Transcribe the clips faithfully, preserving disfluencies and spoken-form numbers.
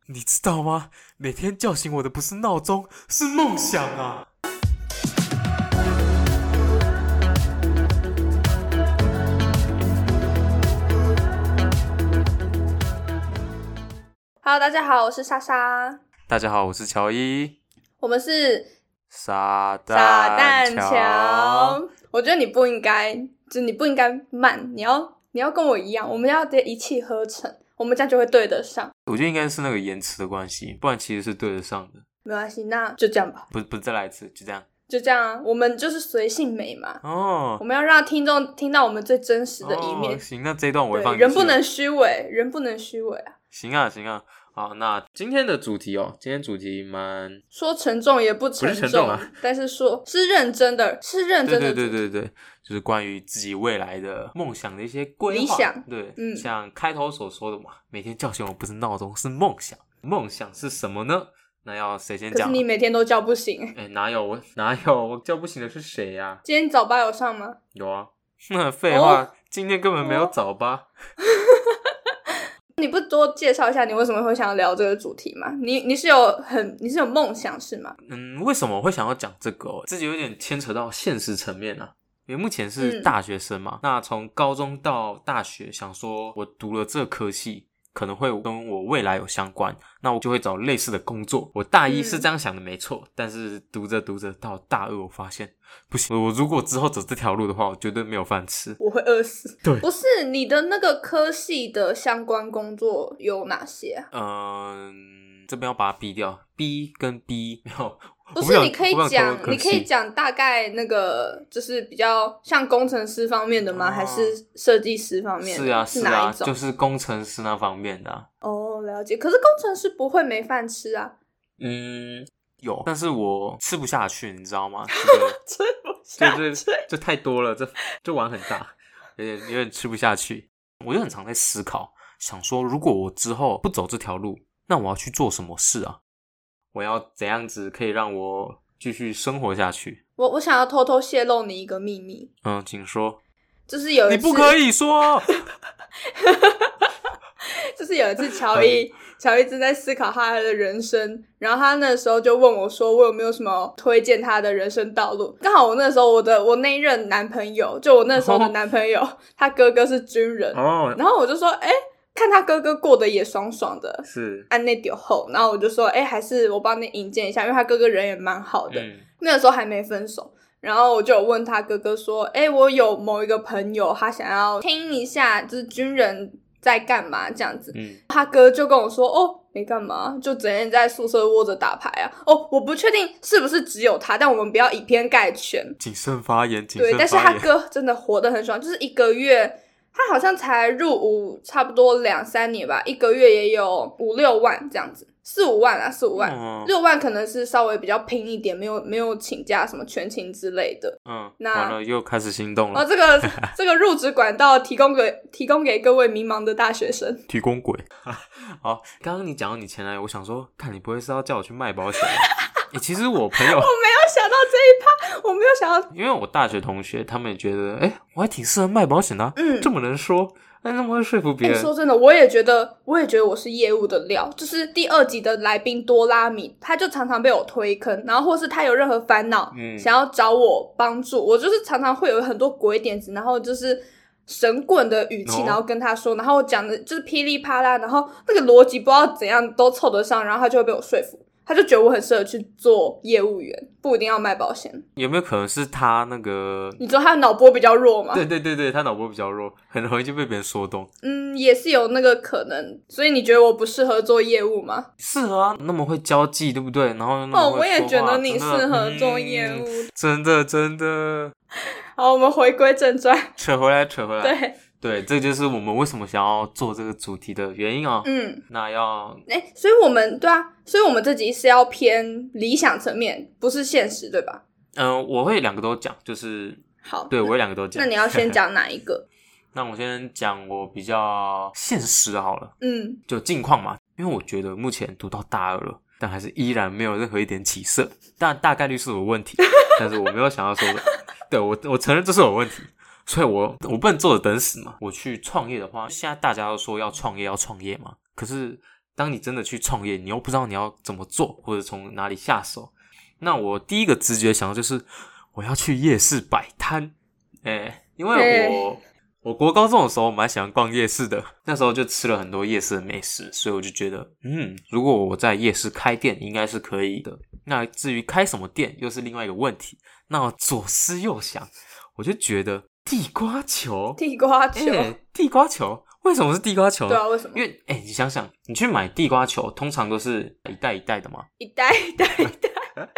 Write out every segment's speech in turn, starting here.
你知道吗？每天叫醒我的不是闹钟，是梦想啊！ Hello， 大家好，我是莎莎。 大家好，我是乔伊。 我们是傻傻蛋蛋乔。我觉得你不应该，就是你不应该慢，你要你要跟我一样，我们要直接一气呵成，我们这样就会对得上。 我觉得应该是那个延迟的关系，不然其实是对得上的。 没关系，那就这样吧。 不不，再来一次，就这样。 就这样啊，我们就是随性美嘛。 哦， 我们要让听众听到我们最真实的一面。 哦、行，那这一段我会放进去。 人不能虚伪，人不能虚伪啊。 行啊，行啊。好，那今天的主题哦，今天主题蛮说沉重也不沉重， 不是沉重啊， 但是说是认真的，是认真的。 对对对对对，就是关于自己未来的梦想的一些规划。 理想， 对， 嗯， 像开头所说的嘛，每天叫醒我不是闹钟，是梦想。梦想是什么呢？那要谁先讲？ 可是你每天都叫不醒。 哎，哪有我哪有我叫不醒的是谁呀、啊？ 今天早八有上吗？ 有啊。那废话、 哦， 今天根本没有早八。 你不多介绍一下你为什么会想要聊这个主题吗？你你是有很你是有梦想是吗？ 嗯，为什么我会想要讲这个、哦？自己有点牵扯到现实层面啊。因为目前是大学生嘛，嗯、那从高中到大学，想说我读了这科系可能会跟我未来有相关，那我就会找类似的工作。我大一是这样想的没错、嗯、但是读着读着到大二我发现不行，我如果之后走这条路的话，我绝对没有饭吃， 我会饿死。 对， 不是你的那个科系的相关工作有哪些啊？ 嗯，这边要把它逼掉 B 跟 B 没有， 不是，你可以讲，你可以讲大概那个就是比较像工程师方面的吗？哦、还是设计师方面的？ 是啊， 是哪一种？就是工程师那方面的、啊。 哦，了解。可是工程师不会没饭吃啊。 嗯，有，但是我吃不下去，你知道吗？ 吃不下去， 这这太多了，这这碗很大，有点有点吃不下去。我就很常在思考，想说，如果我之后不走这条路，那我要去做什么事啊？我要怎样子可以让我继续生活下去？ 我我想要偷偷泄露你一个秘密。 嗯，请说。 就是有一次， 你不可以说。 就是有一次乔伊乔伊正在思考他的人生，然后他那时候就问我说我有没有什么推荐他的人生道路。刚好我那时候我的我那一任男朋友，就我那时候的男朋友、哦、他哥哥是军人、哦、然后我就说诶看他哥哥过得也爽爽的， 是按那丢后，然后我就说诶还是我帮你引荐一下，因为他哥哥人也蛮好的、嗯、那个时候还没分手。然后我就有问他哥哥说诶我有某一个朋友他想要听一下就是军人在干嘛这样子、嗯、他哥就跟我说哦没干嘛，就整天在宿舍窝着打牌啊。哦我不确定是不是只有他，但我们不要以偏概全， 谨慎发言谨慎发言。 对，但是他哥真的活得很爽，就是一个月他好像才入伍差不多两三年吧，一个月也有五六万这样子，四五万啊四五万、嗯、六万可能是稍微比较拼一点，没有没有请假什么全勤之类的。 嗯， 那完了又开始心动了。 哦，这个这个入职管道提供给提供给各位迷茫的大学生。 提供鬼。好，刚刚你讲到你前男友，我想说，看你不会是要叫我去卖保险吧？欸、其实我朋友我没有想到这一趴，我没有想到， 因为我大学同学他们也觉得，哎、欸，我还挺适合卖保险的、啊，嗯，这么能说，哎，那么会说服别人、 欸。说真的，我也觉得，我也觉得我是业务的料。就是第二集的来宾多拉米，他就常常被我推坑，然后或是他有任何烦恼、嗯，想要找我帮助，我就是常常会有很多鬼点子，然后就是神棍的语气，然后跟他说，然后我讲的就是噼里啪啦，然后那个逻辑不知道怎样都凑得上，然后他就会被我说服。他就觉得我很适合去做业务员，不一定要卖保险。 有没有可能是他那个？ 你知道他的脑波比较弱吗？ 对对对对，他脑波比较弱，很容易就被别人说动。 嗯，也是有那个可能。所以你觉得我不适合做业务吗？ 适合啊，那么会交际，对不对？然后那么会说话。 哦，我也觉得你适合做业务。 嗯、真的真的。 好，我们回归正传。 扯回来，扯回来。 对。 对，这就是我们为什么想要做这个主题的原因哦。嗯，那要诶，所以我们对啊，所以我们这集是要偏理想层面，不是现实，对吧？ 嗯、呃，我会两个都讲，就是好， 对我会两个都讲。 那你要先讲哪一个？ 那我先讲我比较现实的好了。 嗯， 就近况嘛，因为我觉得目前读到大二了，但还是依然没有任何一点起色。但大概率是我问题，但是我没有想要说的。对我，我承认这是我问题。所以我我不能坐着等死嘛。我去创业的话，现在大家都说要创业要创业嘛，可是当你真的去创业，你又不知道你要怎么做，或者从哪里下手，那我第一个直觉想到就是我要去夜市摆摊。诶，因为我我国高中的时候蛮喜欢逛夜市的，那时候就吃了很多夜市的美食，所以我就觉得嗯，如果我在夜市开店应该是可以的。那至于开什么店又是另外一个问题。那我左思右想，我就觉得地瓜球地瓜球、 欸、地瓜球为什么是地瓜球呢？ 对啊，为什么？ 因为哎、欸，你想想，你去买地瓜球通常都是一袋一袋的嘛， 一袋一袋一袋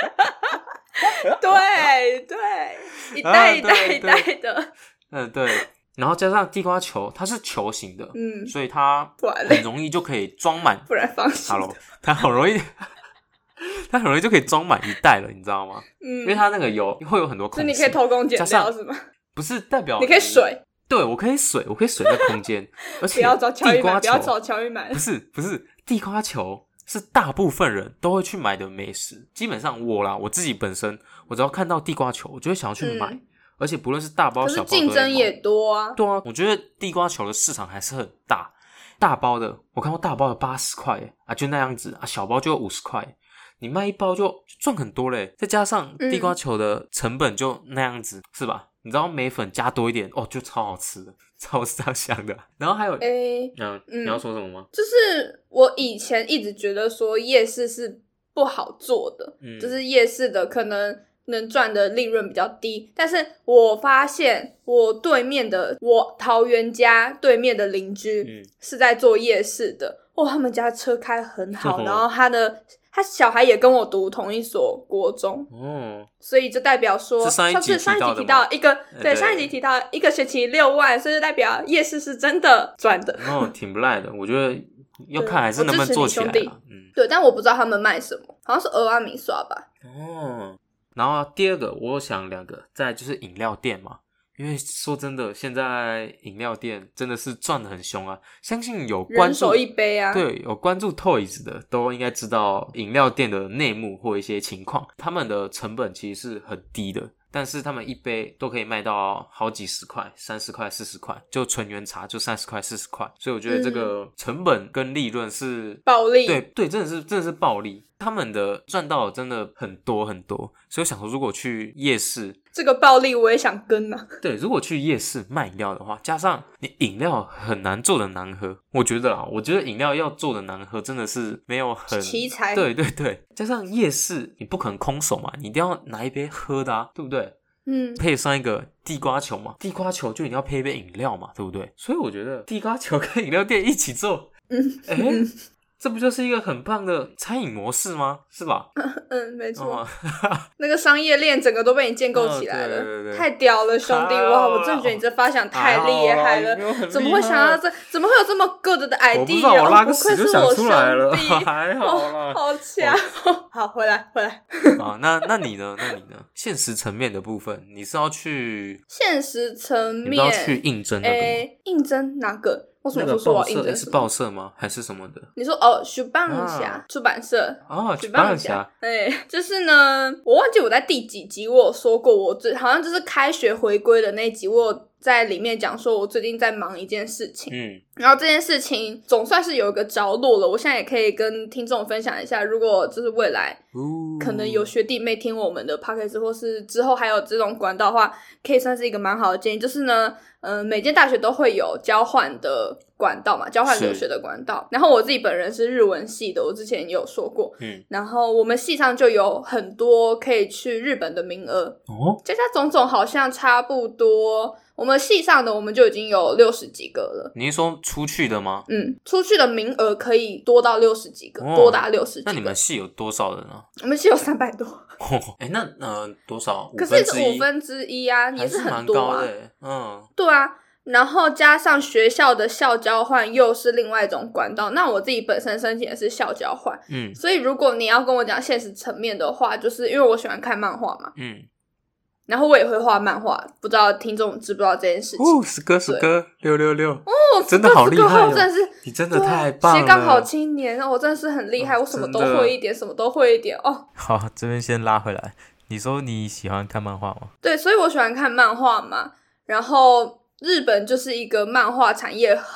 对对，一袋一袋一袋的， 嗯，对，然后加上地瓜球它是球形的， 嗯， 所以它很容易就可以装满， 不然放心 Hello 它很容易它很容易就可以装满一袋了，你知道吗？嗯，因为它那个油会有很多空隙， 所以你可以偷工减料是吗？ 不是，代表你可以水， 对，我可以水，我可以水在空间，而且不要找乔玉买， 地瓜球不要找乔玉买， 不是不是地瓜球是大部分人都会去买的美食。基本上我啦，我自己本身，我只要看到地瓜球，我就会想要去买，嗯、而且不论是大包小包，可是竞争也多啊。 对啊，我觉得地瓜球的市场还是很大。大包的，我看过大包的八十块啊，就那样子啊，小包就五十块，你卖一包就赚很多嘞。再加上地瓜球的成本就那样子，嗯、是吧？你知道梅粉加多一点哦，就超好吃的，超是这样想的。然后还有，诶、欸嗯，你要说什么吗？ 就是我以前一直觉得说夜市是不好做的，嗯、就是夜市的可能能赚的利润比较低。但是我发现我对面的我桃园家对面的邻居是在做夜市的，哦，他们家车开很好，然后他的。他小孩也跟我读同一所国中，哦，所以就代表说， 上一集上一集提到一个，对， 对上一集提到一个学期六万，所以就代表夜市是真的赚的， 哦，挺不赖的。我觉得要看还是能不能做起来啦， 嗯，对，但我不知道他们卖什么，好像是蚵仔米刷吧。 哦，然后第二个我想两个，再来就是饮料店嘛。因为说真的，现在饮料店真的是赚得很凶啊！相信有关注人手一杯啊， 对，有关注 Toys 的都应该知道饮料店的内幕或一些情况。他们的成本其实是很低的，但是他们一杯都可以卖到好几十块，三十块、四十块，就纯原茶就三十块、四十块。所以我觉得这个成本跟利润是暴利， 对对，真的是真的是暴利。他们的赚到真的很多很多，所以我想说，如果去夜市， 这个暴利我也想跟啊。 对，如果去夜市卖饮料的话，加上你饮料很难做的难喝，我觉得啦，我觉得饮料要做的难喝真的是没有很奇才。 对对对，加上夜市你不可能空手嘛，你一定要拿一杯喝的啊，对不对？嗯，配上一个地瓜球嘛，地瓜球就一定要配一杯饮料嘛，对不对？所以我觉得地瓜球跟饮料店一起做，嗯，哎、欸。嗯这不就是一个很棒的餐饮模式吗？是吧？ 嗯，没错。哦、那个商业链整个都被你建构起来了，哦、对对对太屌了，兄弟！哇，我真的觉得你这发想太厉害了，怎么会想到这？怎么会有这么 good 的 idea？ 我不知道，我拉个屎就想出来了，还好啦， 哦、好强！好，回来，回来。 啊，那那你呢？那你呢？现实层面的部分，你是要去现实层面， 你要去应征那个吗？ 欸、应征哪个？为什么说我要应征？ 是报社吗？还是什么的？ 你说哦，出版社、啊、出版社哦，出版社。 对，就是呢，我忘记我在第几集我有说过，我最好像就是开学回归的那一集，我有在里面讲说我最近在忙一件事情，嗯，然后这件事情总算是有一个着落了，我现在也可以跟听众分享一下，如果就是未来可能有学弟妹听我们的 podcast 或是之后还有这种管道的话，可以算是一个蛮好的建议，就是呢嗯、呃，每间大学都会有交换的管道嘛，交换留学的管道，然后我自己本人是日文系的，我之前也有说过，嗯，然后我们系上就有很多可以去日本的名额，哦，加加总总好像差不多我们系上的我们就已经有六十几个了。 你是说出去的吗？ 嗯，出去的名额可以多到六十几个，哦、多达六十几个。 那你们系有多少人啊？ 我们系有三百多。 哦，哎、欸，那呃多少？ 可是是五分之一啊，也是很多啊。 还是蛮高的欸，嗯， 对啊。然后加上学校的校交换又是另外一种管道，那我自己本身申请的是校交换，嗯，所以如果你要跟我讲现实层面的话，就是因为我喜欢看漫画嘛，嗯，然后我也会画漫画，不知道听众知不知道这件事情？ 哦，十哥十哥六六六，哦，真的好厉害哦， 真的是你真的太棒了， 斜杠好青年，我真的是很厉害，哦、我什么都会一点，什么都会一点哦。 好，这边先拉回来，你说你喜欢看漫画吗？ 对，所以我喜欢看漫画嘛，然后。日本就是一个漫画产业很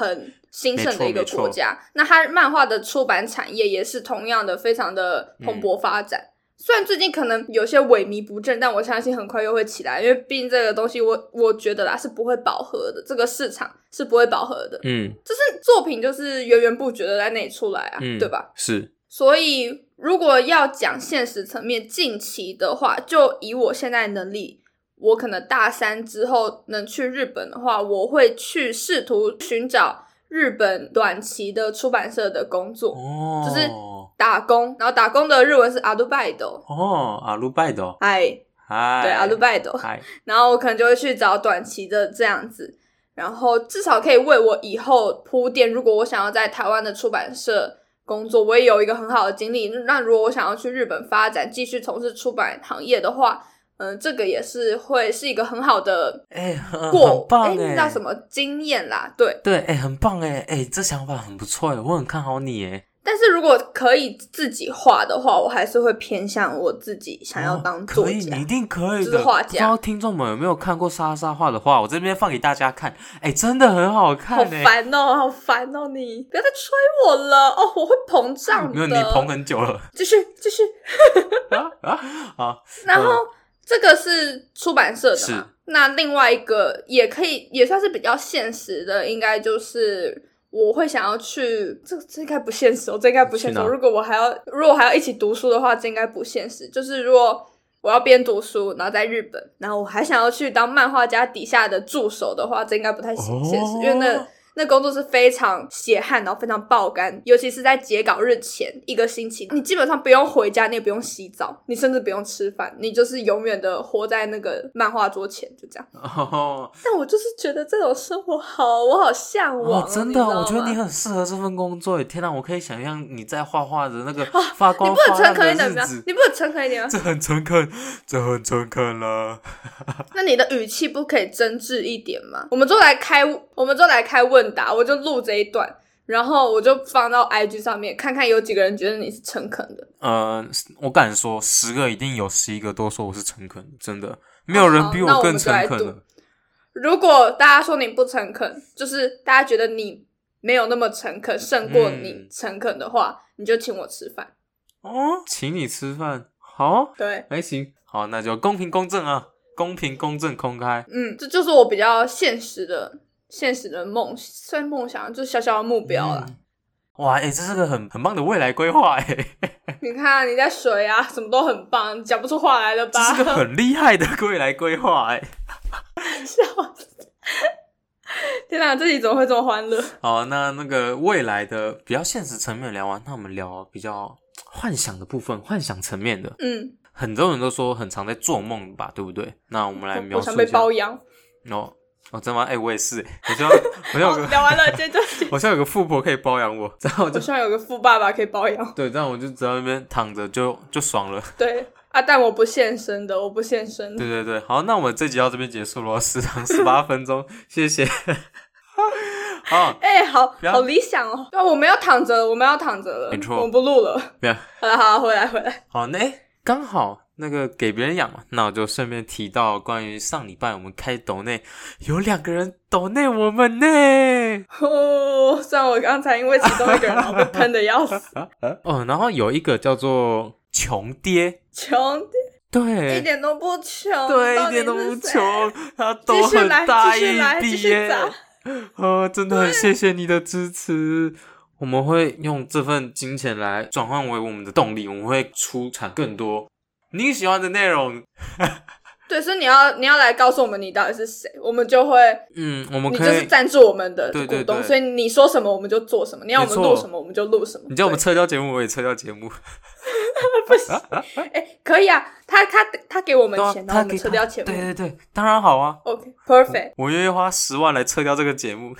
兴盛的一个国家，那它漫画的出版产业也是同样的非常的蓬勃发展。嗯，虽然最近可能有些萎靡不振，但我相信很快又会起来，因为毕竟这个东西我我觉得啦是不会饱和的，这个市场是不会饱和的。嗯，就是作品就是源源不绝的在那里出来啊，嗯，对吧？ 是。 所以如果要讲现实层面近期的话，就以我现在的能力，我可能大三之后能去日本的话，我会去试图寻找日本短期的出版社的工作，哦，就是打工，然后打工的日文是アルバイト。 哦，アルバイト。 嗨，嗨，对，アルバイト。嗨，然后我可能就会去找短期的这样子，然后至少可以为我以后铺垫。如果我想要在台湾的出版社工作，我也有一个很好的经历。那如果我想要去日本发展，继续从事出版行业的话，嗯，这个也是会是一个很好的哎、欸， 过很棒哎、 欸，那叫什么经验啦？对对，哎、欸，很棒哎哎，这想法很不错哎，我很看好你哎。 但是如果可以自己画的话，我还是会偏向我自己想要当作家。 哦、可以，你一定可以的。 就是画家。 不知道听众们有没有看过莎莎画的画？我这边放给大家看，哎、欸，真的很好看哎。 好烦哦，好烦哦你！你不要再催我了哦，我会膨胀的。 没有，你膨很久了。 继续，继续。 啊啊好， 然后、嗯、这个是出版社的嘛？那另外一个也可以，也算是比较现实的，应该就是我会想要去，这这应该不现实哦，这应该不现实。如果我还要，如果还要一起读书的话，这应该不现实。就是如果我要边读书，然后在日本，然后我还想要去当漫画家底下的助手的话，这应该不太现实，哦、因为那。那工作是非常血汗，然后非常爆肝，尤其是在截稿日前一个星期，你基本上不用回家，你也不用洗澡，你甚至不用吃饭，你就是永远的活在那个漫画桌前，就这样。哦，但我就是觉得这种生活好，我好向往、 哦。真的，我觉得你很适合这份工作。天哪，我可以想象你在画画的那个发光发亮的日子。你不能诚恳一点吗？ 你不能诚恳一点吗？ 这很诚恳，这很诚恳了。 那你的语气不可以真挚一点吗？我们就来开，我们就来开问答，我就录这一段，然后我就放到 I G 上面，看看有几个人觉得你是诚恳的。 呃，我敢说，十个一定有十一个都说我是诚恳的，真的，没有人比我更诚恳的。 如果大家说你不诚恳，就是大家觉得你没有那么诚恳，胜过你诚恳的话，嗯、你就请我吃饭。 哦，请你吃饭，好， 对， 还行，好，那就公平公正啊，公平公正公开。 嗯，这就是我比较现实的。现实的梦，算梦想，就是小小的目标啦。 嗯、哇，哎、欸，这是个很很棒的未来规划哎。 你看你在水啊，什么都很棒，讲不出话来了吧？ 这是个很厉害的未来规划哎。 笑死！天哪，这集怎么会这么欢乐？ 好，那那个未来的比较现实层面聊完，那我们聊比较幻想的部分，幻想层面的。嗯，很多人都说很常在做梦吧，对不对？那我们来描述一下。 我想被包养。 哦。哦，真的吗？哎、欸，我也是、欸，我希望我希望有个聊完了，接着我希望有个富婆可以包养我，这样我就我希望有个富爸爸可以包养。 对，这样我就只要那边躺着就就爽了。 对啊，但我不现身的，我不现身的。 对对对，好，那我们这集到这边结束了，时长十八分钟，谢谢。好， 哎、欸，好好理想哦。对，我们要躺着，我们要躺着了， 没错， 我们不录了。 不要， 好了，好，回来，回来。 好，那哎，刚好。那个给别人养嘛，那我就顺便提到关于上礼拜我们开抖内有两个人抖内我们呢。 哦，虽然我刚才因为其中一个人然后被喷的要死。 哦，然后有一个叫做穷爹， 穷爹， 对， 一点都不穷， 对，一点都不穷，他抖很大一笔耶。哦，真的很谢谢你的支持。我们会用这份金钱来转换为我们的动力，我们会出产更多你喜欢的内容。 对，所以你要你要来告诉我们你到底是谁，我们就会嗯，我们可以你就是赞助我们的股东， 对对对， 所以你说什么我们就做什么，你要我们录什么我们就录什么。 你叫我们撤掉节目，我也撤掉节目。 不行，哎、欸，可以啊，他他他给我们钱，然后我们撤掉节目。 对对对，当然好啊。 OK，perfect、okay, 我愿意花十万来撤掉这个节目。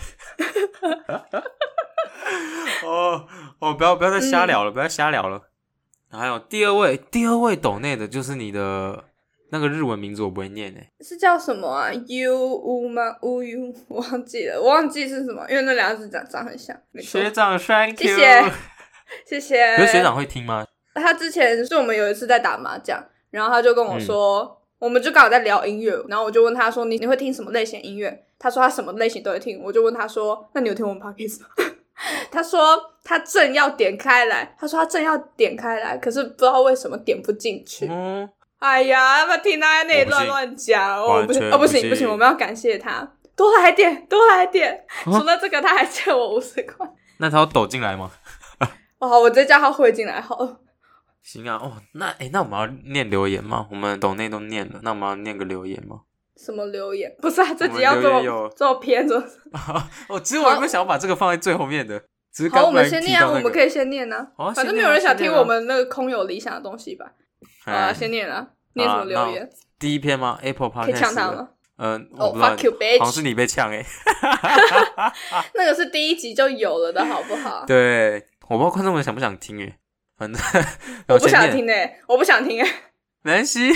哦哦，不要不要再瞎聊了，嗯、不要瞎聊了。还有第二位，第二位抖内的就是你的那个日文名字，我不会念诶， 是叫什么啊 ？U U 吗 ？U U 我忘记了，我忘记是什么，因为那两个字长长很像。 学长 ，Thank you， 谢谢谢谢。 可是学长会听吗？ 他之前是我们有一次在打麻将，然后他就跟我说， 我们就刚好在聊音乐，然后我就问他说你你会听什么类型的音乐？他说他什么类型都会听，我就问他说那你有听我们 podcast 吗？他说他正要点开来，他说他正要点开来，可是不知道为什么点不进去。嗯，哎呀，要不要听他在那里乱乱讲？哦，不行，哦，不行不行，我们要感谢他，多来点，多来点。除了这个，他还借我五十块。 那他要抖进来吗？ 哦，我直接叫他汇进来好了。 行啊，哦，那哎、欸，那我们要念留言吗？我们抖内都念了，那我们要念个留言吗？ 什么留言？不是啊，这集要这么这么偏着。 哦，其实我有没有想要把这个放在最后面的？只是刚好，我们先念啊，我们可以先念啊。 哦、 反正没有人想听我们那个空有理想的东西吧？好啊，先念啊，念什么留言？ 第一篇吗 ？Apple Podcast 可以呛他吗？ 嗯， 哦、 我不知道 ，fuck you bitch， 好像是你被呛哎、 欸。那个是第一集就有了的好不好？ 对，我不知道观众们想不想听哎，反正我不想听哎，我不想听哎， 没关系。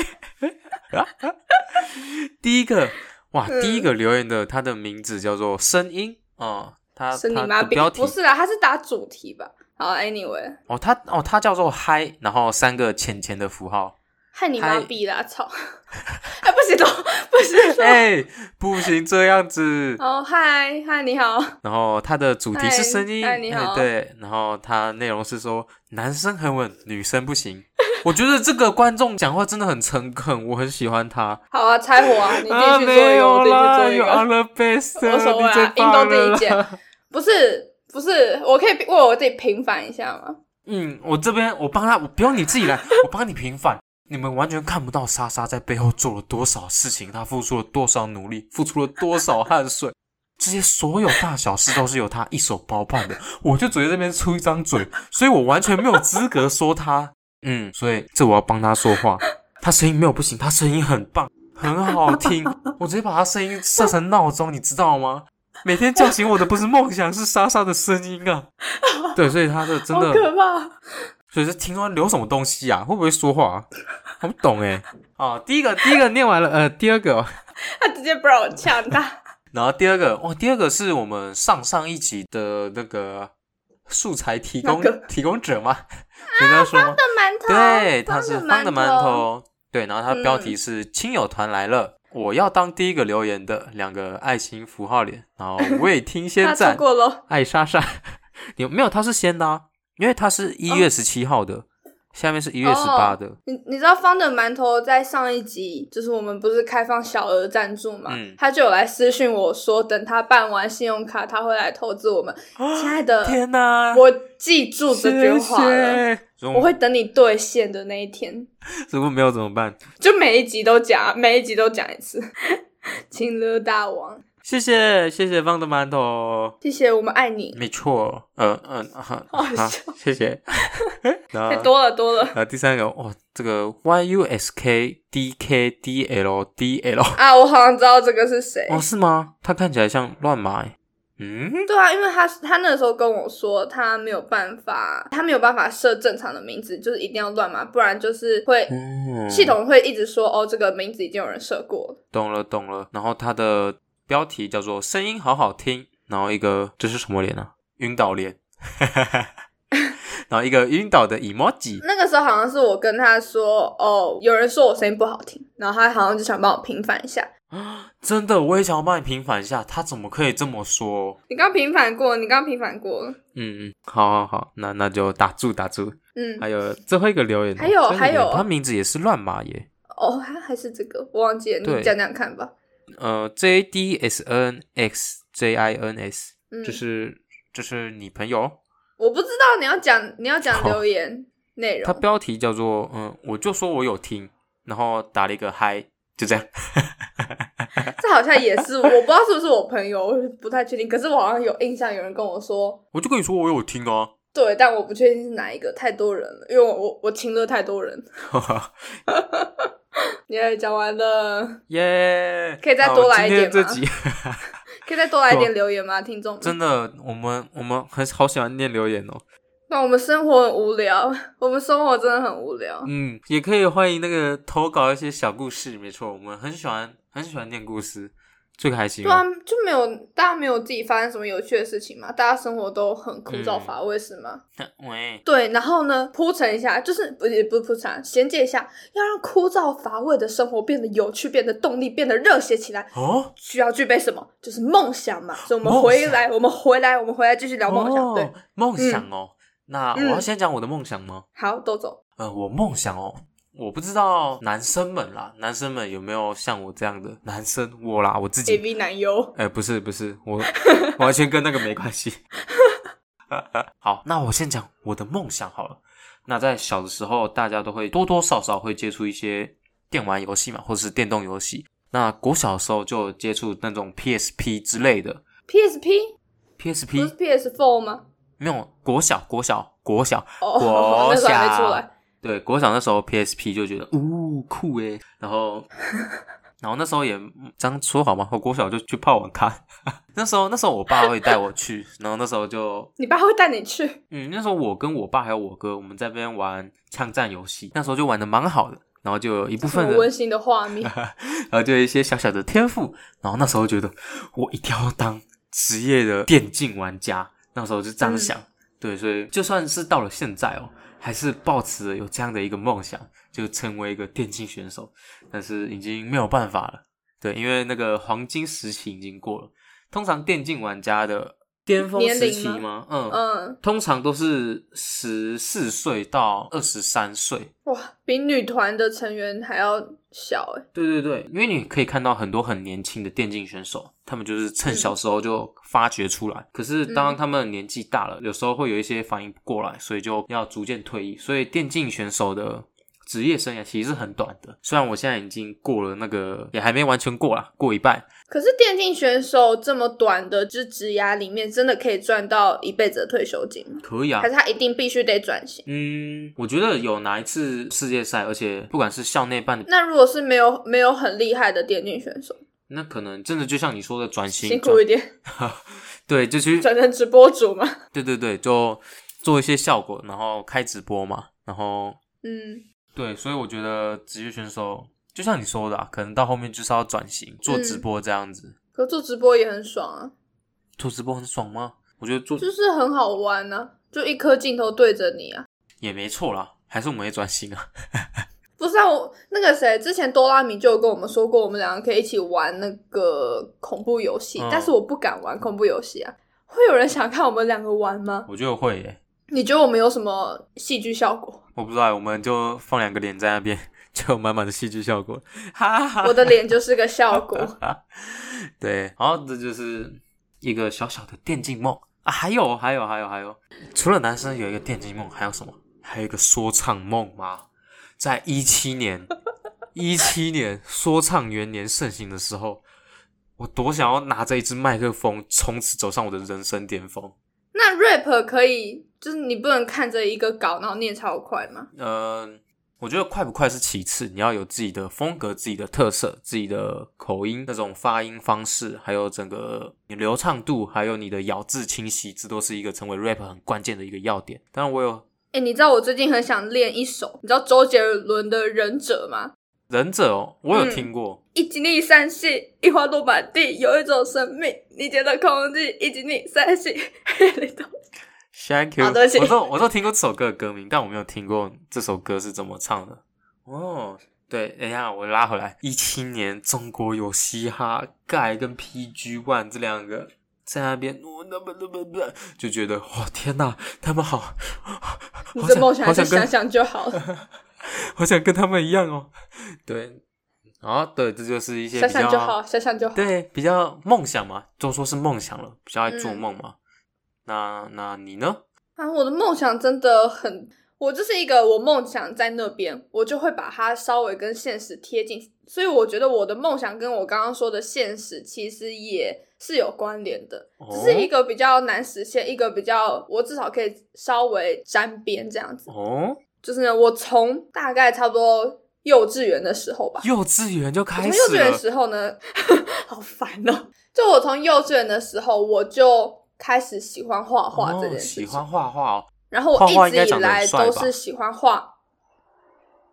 第一个哇、嗯，第一个留言的，他的名字叫做声音哦，他是你妈标题不是啦，他是打主题吧？好 ，anyway， 哦，他哦，他叫做嗨，然后三个浅浅的符号。 害你妈逼啦！操！哎，不行都不行， 哎、欸，不行这样子。 哦，嗨嗨，你好。 然后他的主题是声音， 嗨，你好。 欸、对，然后他内容是说男生很稳，女生不行。我觉得这个观众讲话真的很诚恳，我很喜欢他。 好啊，拆火啊！你继续做一个，我继续做一个。 On the best， 无所谓啊，音都自己剪。不是不是，我可以为我自己平反一下吗？ 嗯，我这边我帮他，我不用你自己来，我帮你平反。你们完全看不到莎莎在背后做了多少事情，她付出了多少努力，付出了多少汗水，这些所有大小事都是由她一手包办的。我就只在这边出一张嘴，所以我完全没有资格说她。嗯，所以这我要帮她说话。她声音没有不行，她声音很棒，很好听。我直接把她声音设成闹钟，你知道吗？每天叫醒我的不是梦想，是莎莎的声音啊。对，所以她的真的好可怕。 所以是听说留什么东西啊？会不会说话啊？我不懂哎。哦，第一个第一个念完了，呃，第二个、哦， 他直接不让我呛他。 然后第二个，哦，第二个是我们上上一集的那个素材提供、那個、提供者吗？可以这样说吗？ 方的馒头， 对，他是方的馒头。对，然后他的标题是“亲友团来了”，嗯、我要当第一个留言的，两个爱心符号脸，然后未听先赞， 过了爱莎莎，你没有，他是先的啊。因为他是一月十七号的、哦，下面是一月十八的。 你你知道方的馒头在上一集就是我们不是开放小额赞助嘛、嗯，他就有来私讯我说，等他办完信用卡，他会来投资我们。哦、亲爱的， 天哪！ 我记住这句话了， 謝謝我会等你兑现的那一天。 如果没有怎么办？ 就每一集都讲，每一集都讲一次。情乐大王。 谢谢谢谢方的馒头， 谢谢，我们爱你。 没错，嗯嗯好，好，谢谢。 太多了多了。 呃，第三个，哇，这个 Y U S K D K D L D L 啊，我好像知道这个是谁。 哦，是吗？他看起来像乱码耶。嗯， 对啊，因为他他那个时候跟我说，他没有办法，他没有办法设正常的名字，就是一定要乱码，不然就是会、嗯、系统会一直说哦，这个名字已经有人设过了。 懂了懂了，然后他的标题叫做声音好好听，然后一个这是什么脸啊？晕倒脸。然后一个晕倒的 emoji。 那个时候好像是我跟他说哦，有人说我声音不好听，然后他好像就想帮我平反一下。 真的，我也想要帮你平反一下，他怎么可以这么说？ 你刚平反过，你刚平反过。 嗯嗯，好好好，那那就打住打住。 嗯， 还有最后一个留言， 还有还有， 他名字也是乱码耶。 哦，还还是这个，我忘记了，你讲讲看吧。 呃 ，J D S N X J I N S， 嗯， 这是这是你朋友？ 我不知道你要讲你要讲留言内容。 他标题叫做嗯，我就说我有听，然后打了一个嗨，就这样。 这好像也是，我不知道是不是我朋友，我不太确定。可是我好像有印象，有人跟我说， 我就跟你说我有听啊。 对，但我不确定是哪一个，太多人了，因为我我我亲了太多人。耶，讲完了， 耶、yeah ， 可以再多来一点吗？ 今天这集可以再多来一点留言吗？听众们， 真的，我们我们很好喜欢念留言哦。 那我们生活很无聊，我们生活真的很无聊。 嗯，也可以欢迎那个投稿一些小故事，没错，我们很喜欢很喜欢念故事。 最开心。 对啊，就没有大家没有自己发生什么有趣的事情嘛，大家生活都很枯燥乏味、嗯、是吗？ 喂， 对，然后呢铺陈一下，就是不是不是铺陈，衔接一下，要让枯燥乏味的生活变得有趣，变得动力，变得热血起来哦，需要具备什么？就是梦想嘛。所以我们回来我们回来我们回来继续聊梦想、哦、对， 梦想哦、嗯、那我要先讲我的梦想吗、 嗯、好，都走。 呃，我梦想哦，我不知道男生们啦，男生们有没有像我这样的男生？我啦，我自己 A V 男优。 哎、欸，不是不是，我完全跟那个没关系。好，那我先讲我的梦想好了。那在小的时候，大家都会多多少少会接触一些电玩游戏嘛，或者是电动游戏。那国小的时候就有接触那种 P S P 之类的。 P S P？P S P？ 不是 P S 四 吗？ 没有，国小国小国小、 哦、 国小、 那时候还没出来。 对，国小那时候 P S P 就觉得呜酷耶，然后然后那时候也这样说好吗？我国小就去泡网咖。那时候那时候我爸会带我去，然后那时候就你爸会带你去？ 嗯，那时候我跟我爸还有我哥，我们在那边玩枪战游戏，那时候就玩得蛮好的，然后就有一部分的温馨的画面， 然后就有一些小小的天赋，然后那时候觉得我一定要当职业的电竞玩家，那时候就这样想、嗯、对，所以就算是到了现在哦，还是抱持了有这样的一个梦想，就成为一个电竞选手，但是已经没有办法了。对，因为那个黄金时期已经过了。通常电竞玩家的巅峰时期吗？嗯嗯，通常都是十四岁到二十三岁。 哇，比女团的成员还要小诶。 对对对，因为你可以看到很多很年轻的电竞选手，他们就是趁小时候就发掘出来、嗯、可是当他们年纪大了、嗯、有时候会有一些反应不过来，所以就要逐渐退役，所以电竞选手的职业生涯其实是很短的，虽然我现在已经过了那个，也还没完全过啦，过一半。 可是电竞选手这么短的职涯里面，真的可以赚到一辈子的退休金吗？ 可以啊， 还是他一定必须得转型？ 嗯，我觉得有哪一次世界赛，而且不管是校内办的， 那如果是没有没有很厉害的电竞选手， 那可能真的就像你说的转型， 辛苦一点。 对，就去转成直播主嘛。 对对对，就做一些效果，然后开直播嘛，然后嗯。 对，所以我觉得职业选手就像你说的、啊、可能到后面就是要转型做直播这样子、嗯、 可做直播也很爽啊。 做直播很爽吗？我觉得做就是很好玩啊，就一颗镜头对着你啊。 也没错啦，还是我们也转型啊。 不是啊，我那个谁之前多拉米就有跟我们说过，我们两个可以一起玩那个恐怖游戏、嗯、但是我不敢玩恐怖游戏啊。会有人想看我们两个玩吗？ 我觉得会耶。 你觉得我们有什么戏剧效果？ 我不知道，我们就放两个脸在那边，就有满满的戏剧效果。 我的脸就是个效果。 对，然后这就是一个小小的电竞梦啊！还有，还有，还有，还有，除了男生有一个电竞梦，还有什么？还有一个说唱梦吗？在一七年，一七年说唱元年盛行的时候，我多想要拿着一支麦克风，从此走上我的人生巅峰。 那 rap 可以，就是你不能看着一个稿然后念超快吗？ 呃，我觉得快不快是其次，你要有自己的风格、自己的特色、自己的口音、那种发音方式，还有整个流畅度，还有你的咬字清晰，这都是一个成为 rap 很关键的一个要点。当然我有诶、欸、你知道我最近很想练一首，你知道周杰伦的忍者吗？ 忍者哦，我有听过、 嗯、一级力三系，一花多满地，有一种生命你觉得空气，一级力三系。 Thank you、 啊、对不起， 我都我都听过这首歌的歌名，但我没有听过这首歌是怎么唱的。哦，对，等一下我拉回来，一七年中国有嘻哈盖跟 P G One 这两个在那边，就觉得哇天哪，他们好， 你的梦想还是想想就好了。 好想跟他们一样哦。对，然后对，这就是一些比较想想就好，想想就好。 对，比较梦想嘛，都说是梦想了，比较爱做梦嘛。嗯、那那你呢？ 啊，我的梦想真的很，我就是一个我梦想在那边，我就会把它稍微跟现实贴近，所以我觉得我的梦想跟我刚刚说的现实其实也是有关联的，哦、只是一个比较难实现，一个比较我至少可以稍微沾边这样子。 哦。 就是呢，我从大概差不多幼稚园的时候吧， 幼稚园就开始了。 从幼稚园的时候呢，好烦哦！就我从幼稚园的时候，我就开始喜欢画画这件事情、 哦。喜欢画画哦。 然后我一直以来都是喜欢画。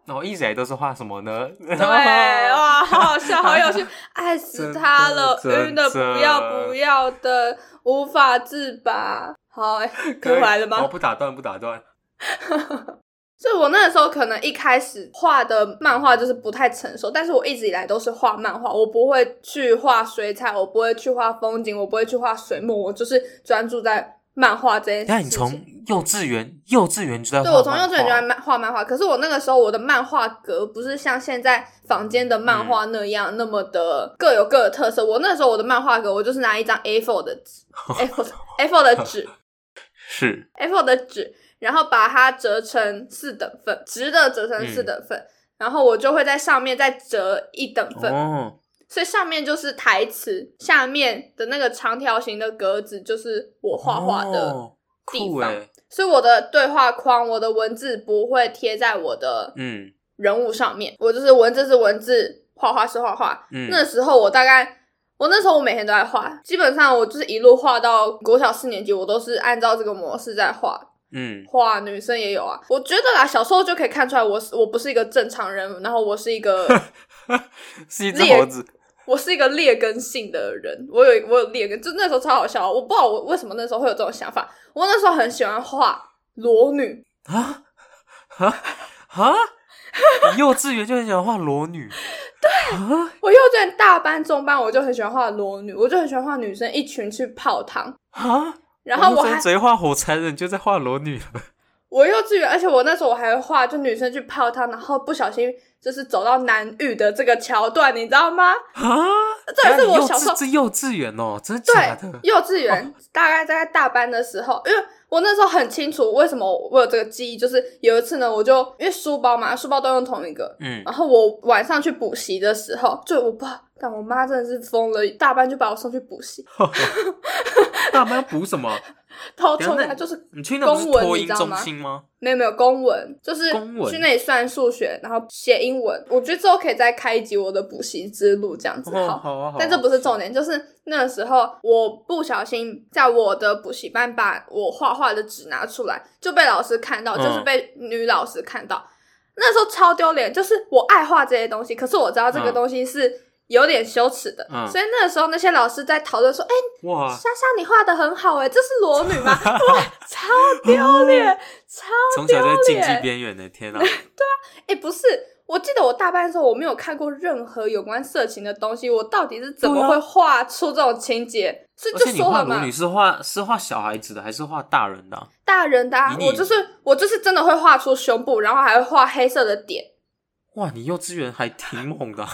然后一直以来都是画什么呢？ 对，哇，好好笑，好有趣，爱死他了，晕的不要不要的，无法自拔。好，哎、欸，可回来了吗？ 我不打断，不打断。 所以我那个时候可能一开始画的漫画就是不太成熟，但是我一直以来都是画漫画，我不会去画水彩，我不会去画风景，我不会去画水墨，我就是专注在漫画这件事情。 那你从幼稚园幼稚园就在画漫画？ 对，我从幼稚园就在画漫画，可是我那个时候我的漫画格不是像现在坊间的漫画那样、嗯、那么的各有各的特色。我那时候我的漫画格，我就是拿一张 A 四 的纸，A 四 A 四 的纸是 A 四 的纸。然后把它折成四等份，直的折成四等份、嗯、然后我就会在上面再折一等份、哦、所以上面就是台词，下面的那个长条形的格子就是我画画的地方、哦、所以我的对话框，我的文字不会贴在我的人物上面、嗯、我就是文字是文字，画画是画画、嗯、那时候我大概我那时候我每天都在画，基本上我就是一路画到国小四年级，我都是按照这个模式在画。嗯，画女生也有啊，我觉得啦，小时候就可以看出来我是我不是一个正常人，然后我是一个是一只猴子， 我是一个劣根性的人，我有我有劣根，就那时候超好笑，我不知道我为什么那时候会有这种想法。我那时候很喜欢画裸女啊啊啊！幼稚园就很喜欢画裸女， 对，我幼稚园大班中班我就很喜欢画裸女，我就很喜欢画女生一群去泡汤啊。 然后我还只会画火柴人，就在画裸女了。 我幼稚园，而且我那时候我还会画，就女生去泡汤，然后不小心就是走到南浴的这个桥段，你知道吗？ 啊， 这也是我小时候。 这幼稚园哦，真的假的？ 对，幼稚园、哦、大概在大班的时候，因为我那时候很清楚为什么我有这个记忆，就是有一次呢，我就因为书包嘛，书包都用同一个，嗯，然后我晚上去补习的时候，就我不知道，但我妈真的是疯了，大班就把我送去补习。 大班要补什么？ 偷偷的，就是你去那不是托婴中心吗？ 没有没有，公文就是去那里算数学，然后写英文。我觉得之后可以再开一集我的补习之路这样子。 好，好啊，好啊。 但这不是重点，就是那个时候我不小心在我的补习班把我画画的纸拿出来，就被老师看到，嗯、就是被女老师看到。那时候超丢脸，就是我爱画这些东西，可是我知道这个东西是。嗯有点羞耻的、嗯、所以那个时候那些老师在讨论说，哎、欸，哇，莎莎你画得很好哎、欸，这是裸女吗？哇，超丢脸，超丢脸，从小在禁忌边缘的，天啊！ 对啊，哎、欸，不是，我记得我大班的时候我没有看过任何有关色情的东西，我到底是怎么会画出这种情节？是就说了嘛， 而且你画裸女是画是画小孩子的还是画大人的、啊？ 大人的啊，我就是我就是真的会画出胸部，然后还会画黑色的点。 哇，你幼稚园还挺猛的、啊。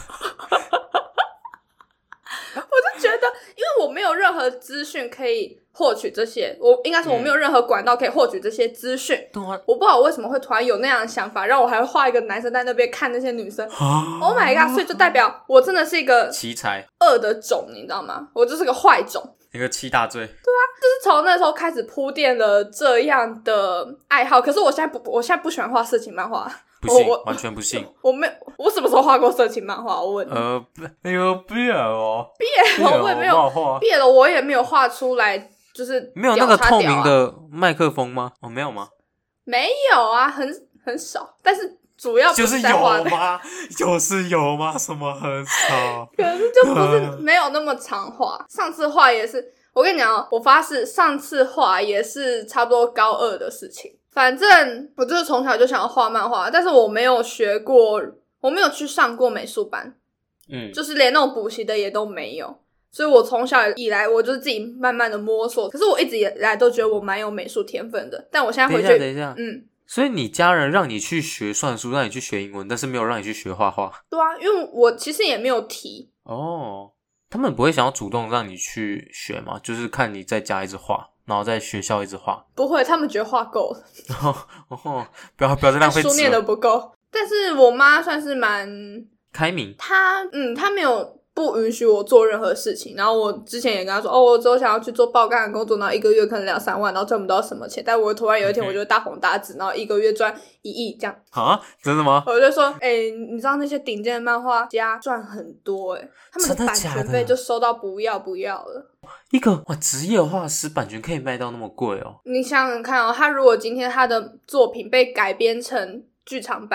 我就觉得因为我没有任何资讯可以获取这些，我应该说我没有任何管道可以获取这些资讯、嗯、我不知道我为什么会突然有那样的想法，让我还会画一个男生在那边看那些女生、啊、Oh my god， 所以就代表我真的是一个奇才恶的种，你知道吗？我就是个坏种， 一个七大罪。对啊，就是从那时候开始铺垫了这样的爱好，可是我现在不我现在不喜欢画色情漫画， 不信，完全不信。 我没，我什么时候画过色情漫画？我问你。 呃，那个毕业了， 毕业了，我也没有画。毕业了，我也没有画出来，就是没有那个透明的麦克风吗？哦，没有吗？ 没有啊，很很少，但是主要不是在画就是有吗？就是有吗？什么很少？ 可是就不是没有那么常画。上次画也是，我跟你讲，我发誓，上次画也是差不多高二的事情。反正我就是从小就想要画漫画，但是我没有学过，我没有去上过美术班，嗯，就是连那种补习的也都没有，所以我从小以来我就是自己慢慢的摸索。可是我一直以来都觉得我蛮有美术天分的，但我现在回去， 等一下，等一下， 嗯， 所以你家人让你去学算术，让你去学英文，但是没有让你去学画画。 对啊，因为我其实也没有提哦，他们不会想要主动让你去学吗？就是看你在家一直画。然后在学校一直画， 不会，他们觉得画够了。 哦哦，不要不要再浪费纸了。 书念的不够，但是我妈算是蛮开明， 她嗯，她没有不允许我做任何事情。然后我之前也跟她说，哦，我之后想要去做报干的工作，然后一个月可能两三万，然后赚不到什么钱。但我突然有一天，我就会大红大紫，然后一个月赚一亿这样。 啊，真的吗？ 我就说，哎、欸，你知道那些顶尖的漫画家赚很多哎、欸，他们的版权费就收到不要不要了。 一个哇，职业画师版权可以卖到那么贵哦！ 你想想看哦，他如果今天他的作品被改编成剧场版，被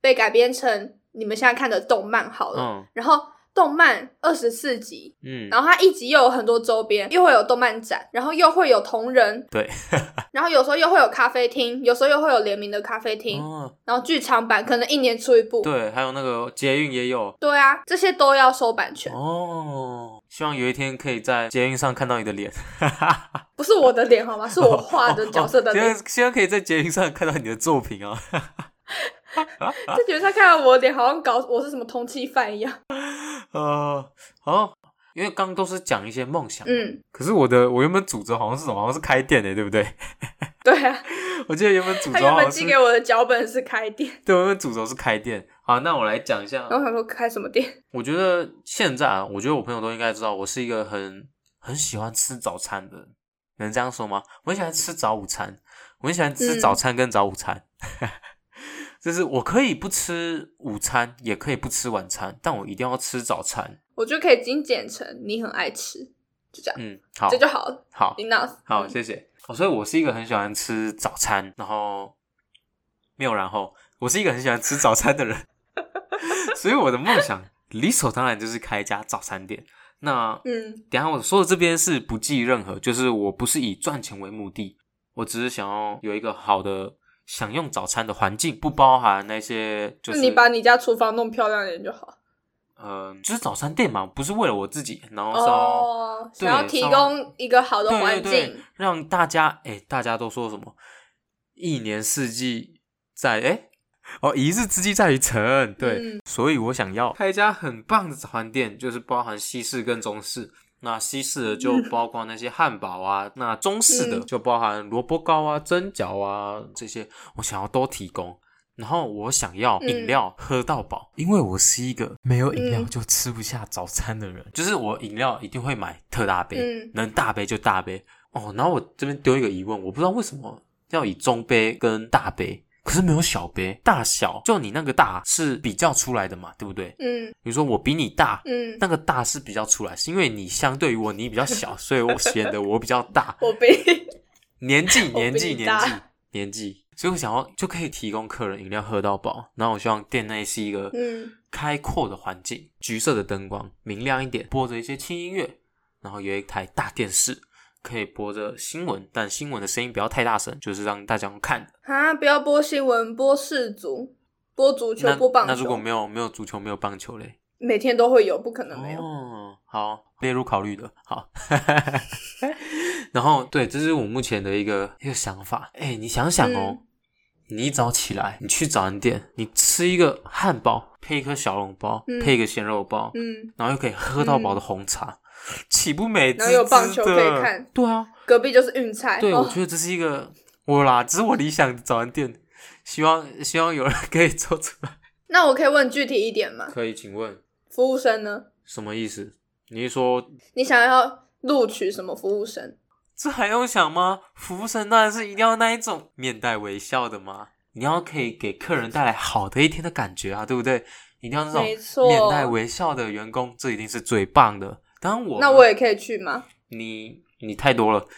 被改编成你们现在看的动漫好了，嗯，然后动漫二十四集，嗯，然后它一集又有很多周边，又会有动漫展，然后又会有同人， 对， 然后有时候又会有咖啡厅，有时候又会有联名的咖啡厅，哦，然后剧场版可能一年出一部， 对，还有那个捷运也有， 对啊，这些都要收版权哦。希望有一天可以在捷运上看到你的脸， 不是我的脸好吗？是我画的角色的脸。 哦哦，希望可以在捷运上看到你的作品啊。 在捷运上看到我的脸，好像搞我是什么通缉犯一样。 呃，好，因为刚刚都是讲一些梦想，嗯，可是我的我原本主轴好像是什么？好像是开店的，对不对？ 对啊， 我记得原本主轴好像是， 他原本寄给我的脚本是开店， 对，我原本主轴是开店。好，那我来讲一下。 然后我想说开什么店？ 我觉得现在啊，我觉得我朋友都应该知道，我是一个很很喜欢吃早餐的人，能这样说吗？我很喜欢吃早午餐，我很喜欢吃早餐跟早午餐。嗯就是我可以不吃午餐，也可以不吃晚餐，但我一定要吃早餐。 我觉得可以精简成你很爱吃，就这样。 嗯，好， 这就好了。 好 ，enough。 好，谢谢。哦，所以我是一个很喜欢吃早餐，然后没有然后，我是一个很喜欢吃早餐的人，所以我的梦想理所当然就是开一家早餐店。那嗯，等一下我说的这边是不计任何，就是我不是以赚钱为目的，我只是想要有一个好的享用早餐的环境，不包含那些就是你把你家厨房弄漂亮一点就好。 呃，就是早餐店嘛，不是为了我自己，然后是要、 哦、想要提供一个好的环境， 对对对，让大家诶大家都说什么一年四季在诶哦一日之计在于晨，对、嗯，所以我想要开一家很棒的早餐店，就是包含西式跟中式。那西式的就包括那些汉堡啊、嗯、那中式的就包含萝卜糕啊、蒸饺啊这些，我想要都提供。然后我想要饮料喝到饱、嗯、因为我是一个没有饮料就吃不下早餐的人、嗯、就是我饮料一定会买特大杯、嗯、能大杯就大杯哦。然后我这边丢一个疑问，我不知道为什么要以中杯跟大杯，可是没有小杯，大小就你那个大是比较出来的嘛，对不对？嗯，比如说我比你大，嗯，那个大是比较出来，是因为你相对于我你比较小，所以我显得我比较大。 我比年纪年纪年纪年纪，所以我想要就可以提供客人饮料喝到饱。然后我希望店内是一个嗯开阔的环境，橘色的灯光，明亮一点，播着一些轻音乐，然后有一台大电视。可以播着新闻，但新闻的声音不要太大声，就是让大家看的啊！不要播新闻，播世足，播足球，播棒球。 那如果没有没有足球，没有棒球嘞？ 每天都会有，不可能没有。 哦，好，列入考虑的。好，然后对，这是我目前的一个一个想法。哎，你想想哦、嗯，你一早起来，你去早餐店，你吃一个汉堡，配一颗小笼包，嗯、配一个鲜肉包，嗯，然后又可以喝到饱的红茶。嗯，岂不美滋滋的？ 然后有棒球可以看， 对啊， 隔壁就是运菜。 对、 哦， 我觉得这是一个我啦，这是我理想的早餐店，希望希望有人可以做出来。 那我可以问具体一点吗？ 可以，请问服务生呢？ 什么意思？你是说你想要录取什么服务生？ 这还用想吗？服务生当然是一定要那一种面带微笑的嘛，你要可以给客人带来好的一天的感觉啊，对不对？一定要这种面带微笑的员工，这一定是最棒的。当然我那我也可以去吗？ 你你太多了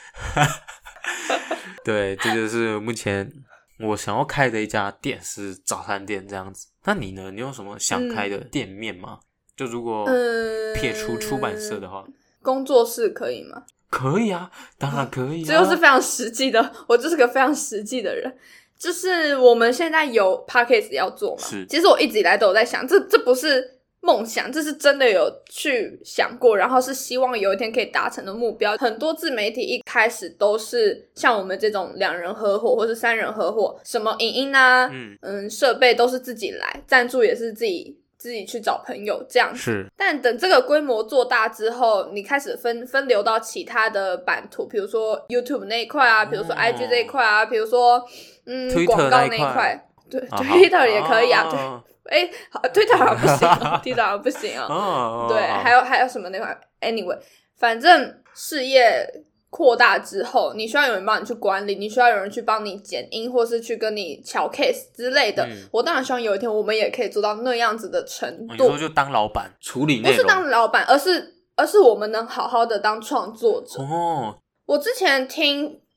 对，这就是目前我想要开的一家店，是早餐店这样子。那你呢？你有什么想开的店面吗？嗯、就如果撇除出版社的话、嗯、 工作室可以吗？ 可以啊，当然可以啊。 这又是非常实际的，我就是个非常实际的人。就是我们现在有 podcast 要做嘛，是其实我一直以来都有在想，这这不是梦想，这是真的有去想过，然后是希望有一天可以达成的目标。很多自媒体一开始都是像我们这种两人合伙或是三人合伙，什么影音啊嗯嗯设备都是自己来，赞助也是自己自己去找朋友这样子。 是， 但等这个规模做大之后，你开始分分流到其他的版图，比如说 YouTube 那一块啊，比如说 I G 这一块啊，比如说嗯广告那一块，对、啊、Twitter 也可以啊，啊对。哎，好 ，Twitter 好像不行、哦、，Twitter 好像不行哦。对，还有还有什么那块 ？Anyway， 反正事业扩大之后，你需要有人帮你去管理，你需要有人去帮你剪音，或是去跟你敲 case 之类的、嗯。我当然希望有一天我们也可以做到那样子的程度。 你说就当老板处理内容， 不是当老板，而是而是我们能好好的当创作者。哦，我之前听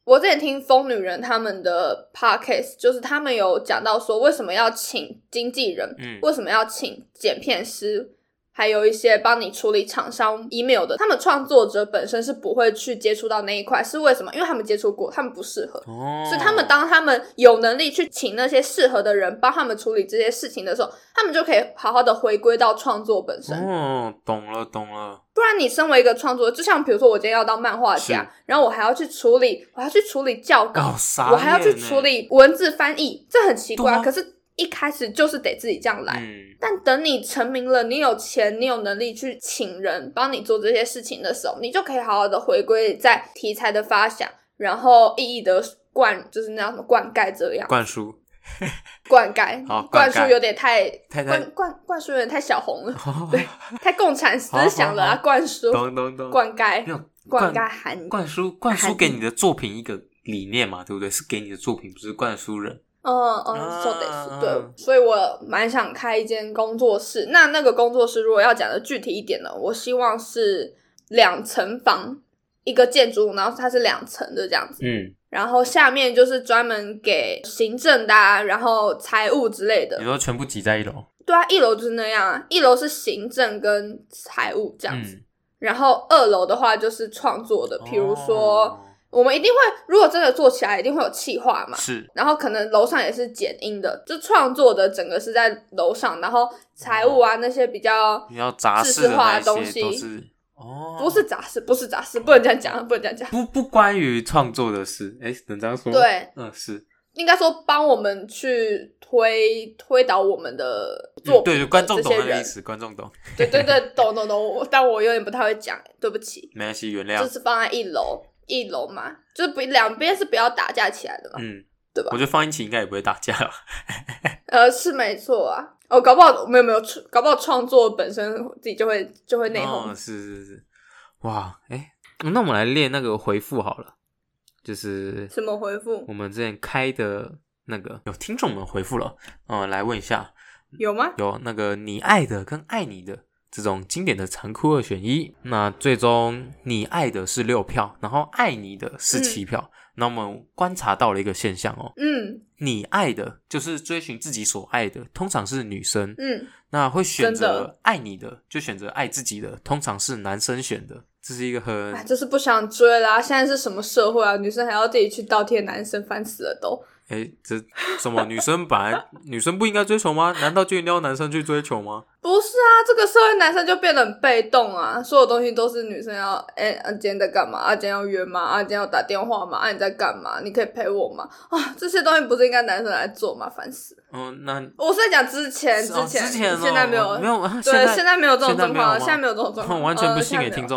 我之前听疯女人他们的 podcast， 就是他们有讲到说为什么要请经纪人、嗯、为什么要请剪片师，还有一些帮你处理厂商 email 的，他们创作者本身是不会去接触到那一块，是为什么？因为他们接触过，他们不适合、哦、所以他们当他们有能力去请那些适合的人帮他们处理这些事情的时候，他们就可以好好的回归到创作本身。 哦，懂了懂了。 不然你身为一个创作者，就像比如说我今天要当漫画家，然后我还要去处理我还要去处理校稿、哦、我还要去处理文字翻译，这很奇怪、啊、可是一开始就是得自己这样来、嗯、但等你成名了，你有钱，你有能力去请人帮你做这些事情的时候，你就可以好好的回归在题材的发想，然后意义的灌，就是那样灌溉，这样灌输灌溉灌输有点太太灌灌灌输有点太小红了、哦、对，太共产思想了啊。灌输懂懂懂灌溉灌溉含灌输灌输给你的作品一个理念嘛，对不对？是给你的作品，不是灌输人。 嗯嗯，说得是对，所以我蛮想开一间工作室。那那个工作室如果要讲的具体一点呢，我希望是两层房一个建筑，然后它是两层的这样子。嗯，然后下面就是专门给行政的啊，然后财务之类的。 你说全部挤在一楼？对啊，一楼就是那样啊，一楼是行政跟财务这样子、嗯、然后二楼的话就是创作的，比如说、哦我们一定会，如果真的做起来一定会有企划嘛， 是， 然后可能楼上也是剪音的，就创作的整个是在楼上，然后财务啊、哦、那些比较比较杂事的那些东西都是哦， 不是杂事，不是杂事，不能这样讲，不能这样讲， 不不关于创作的事，诶能这样说？ 对， 嗯，是， 应该说帮我们去推推导我们的作品的、嗯，对， 观众懂那个意思，观众懂， 对对对，懂懂懂，但我有点不太会讲，对不起， 没关系，原谅， 就是放在一楼。一楼嘛，就是不两边是不要打架起来的嘛，嗯，对吧？ 我觉得放一起应该也不会打架了。 呃，是没错啊。哦，搞不好没有没有，搞不好创作本身自己就会就会内讧。 哦，是是是，哇，哎，那我们来练那个回复好了，就是什么回复？ 我们之前开的那个有听众们回复了，嗯，来问一下， 有吗？ 有那个你爱的跟爱你的。这种经典的残酷二选一，那最终你爱的是六票，然后爱你的是七票。嗯、那我们观察到了一个现象哦，嗯，你爱的就是追寻自己所爱的，通常是女生，嗯，那会选择爱你的，就选择爱自己的，通常是男生选的。这是一个很， 哎，就是不想追啦。现在是什么社会啊？女生还要自己去倒贴男生，烦死了都。 哎，这什么女生本来女生不应该追求吗？难道就一定要男生去追求吗？ 不是啊，这个社会男生就变得很被动啊，所有东西都是女生要，哎，啊，今天在干嘛？啊，今天要约吗？啊，今天要打电话吗？啊，你在干嘛？你可以陪我吗？啊，这些东西不是应该男生来做吗？烦死了。 嗯，那我是在讲之前，之前， 哦、之前、哦、 现在没有， 没有， 对，现在, 现在没有这种状况， 现在没有这种状况， 完全不信给听众。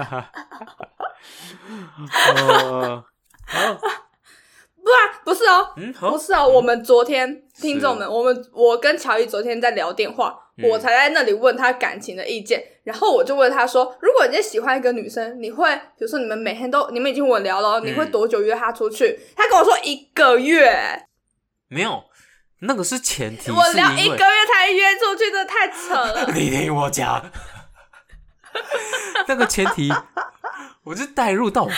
呃，好。 不然不是哦， 嗯、 不是哦，我们昨天听众们，我们我跟乔伊昨天在聊电话、嗯，我才在那里问他感情的意见，然后我就问他说，如果你在喜欢一个女生，你会比如说你们每天都你们已经稳聊了，你会多久约她出去？嗯、他跟我说一个月， 没有，那个是前提， 我聊一个月才约出去，这太扯了。 你听我讲，那个前提，我就带入到。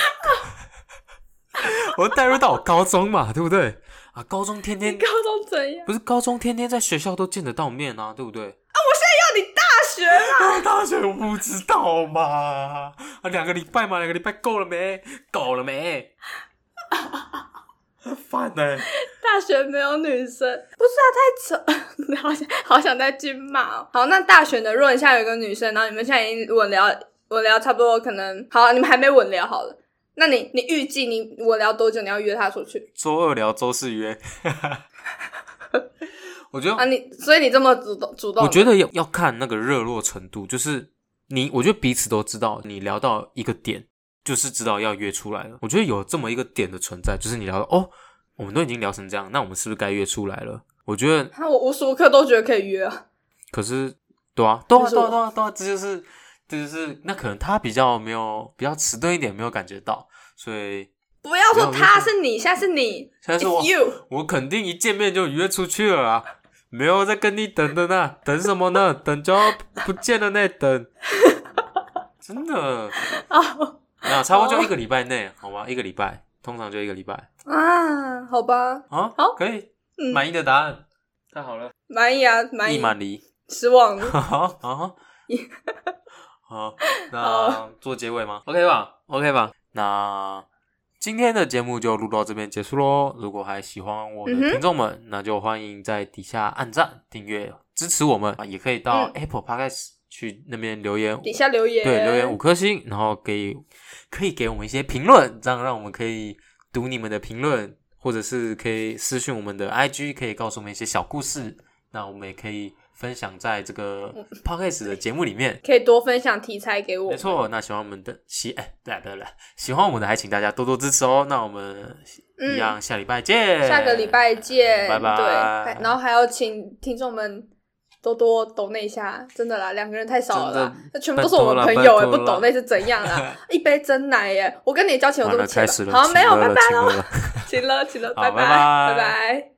我带入到我高中嘛，对不对啊？高中天天， 你高中怎样？ 不是高中天天在学校都见得到面啊，对不对？ 啊，我现在要你大学啦！ 大学我不知道嘛，啊，两个礼拜嘛，两个礼拜够了没？够了没？烦欸！ 大学没有女生，不是啊，太扯！好想好想再去骂哦。好，那大学的，如果你现在有一个女生，然后你们现在已经稳聊，稳聊差不多，可能好、啊，你们还没稳聊好了。那你你预计你我聊多久你要约他出去？ 周二聊，周四约。我觉得啊，你所以你这么主动主动， 我觉得要要看那个热络程度，就是你，我觉得彼此都知道，你聊到一个点，就是知道要约出来了。我觉得有这么一个点的存在，就是你聊到哦，我们都已经聊成这样，那我们是不是该约出来了？我觉得， 我无时无刻都觉得可以约啊。 可是，对啊，对啊，对啊，对啊，对啊，这就是。就是那可能他比较没有比较迟钝一点，没有感觉到，所以不要说他是你，现在是你， 现在是我，我肯定一见面就约出去了啊，没有在跟你等的呢，等什么呢？等就不见了呢，等，真的啊，那差不多就一个礼拜内，好吗？一个礼拜通常就一个礼拜啊，好吧， 啊， 好， 可以，满、嗯、意的答案，太好了， 满意啊，满意， 意满离， 失望， 好，好，好，那做结尾吗 ？OK 吧 ，OK 吧，那今天的节目就录到这边结束咯。如果还喜欢我的听众们、嗯、那就欢迎在底下按赞、订阅支持我们，也可以到 Apple Podcast、嗯、去那边留言， 底下留言， 对，留言五颗星，然后给可以给我们一些评论，这样让我们可以读你们的评论，或者是可以私讯我们的 I G， 可以告诉我们一些小故事，那我们也可以分享在这个 Podcast 的节目里面， 可以多分享题材给我。 没错，那喜欢我们的喜哎，对对对，喜欢我们的还请大家多多支持哦。那我们一样、嗯、下礼拜见， 下个礼拜见， 拜拜。 对，然后还要请听众们多多抖内一下，真的啦，两个人太少了啦，这全部都是我们朋友哎，不抖内是怎样啦？一杯真奶耶，我跟你交情有这么浅了？好，没有，拜拜喽，请了请了，拜拜拜拜。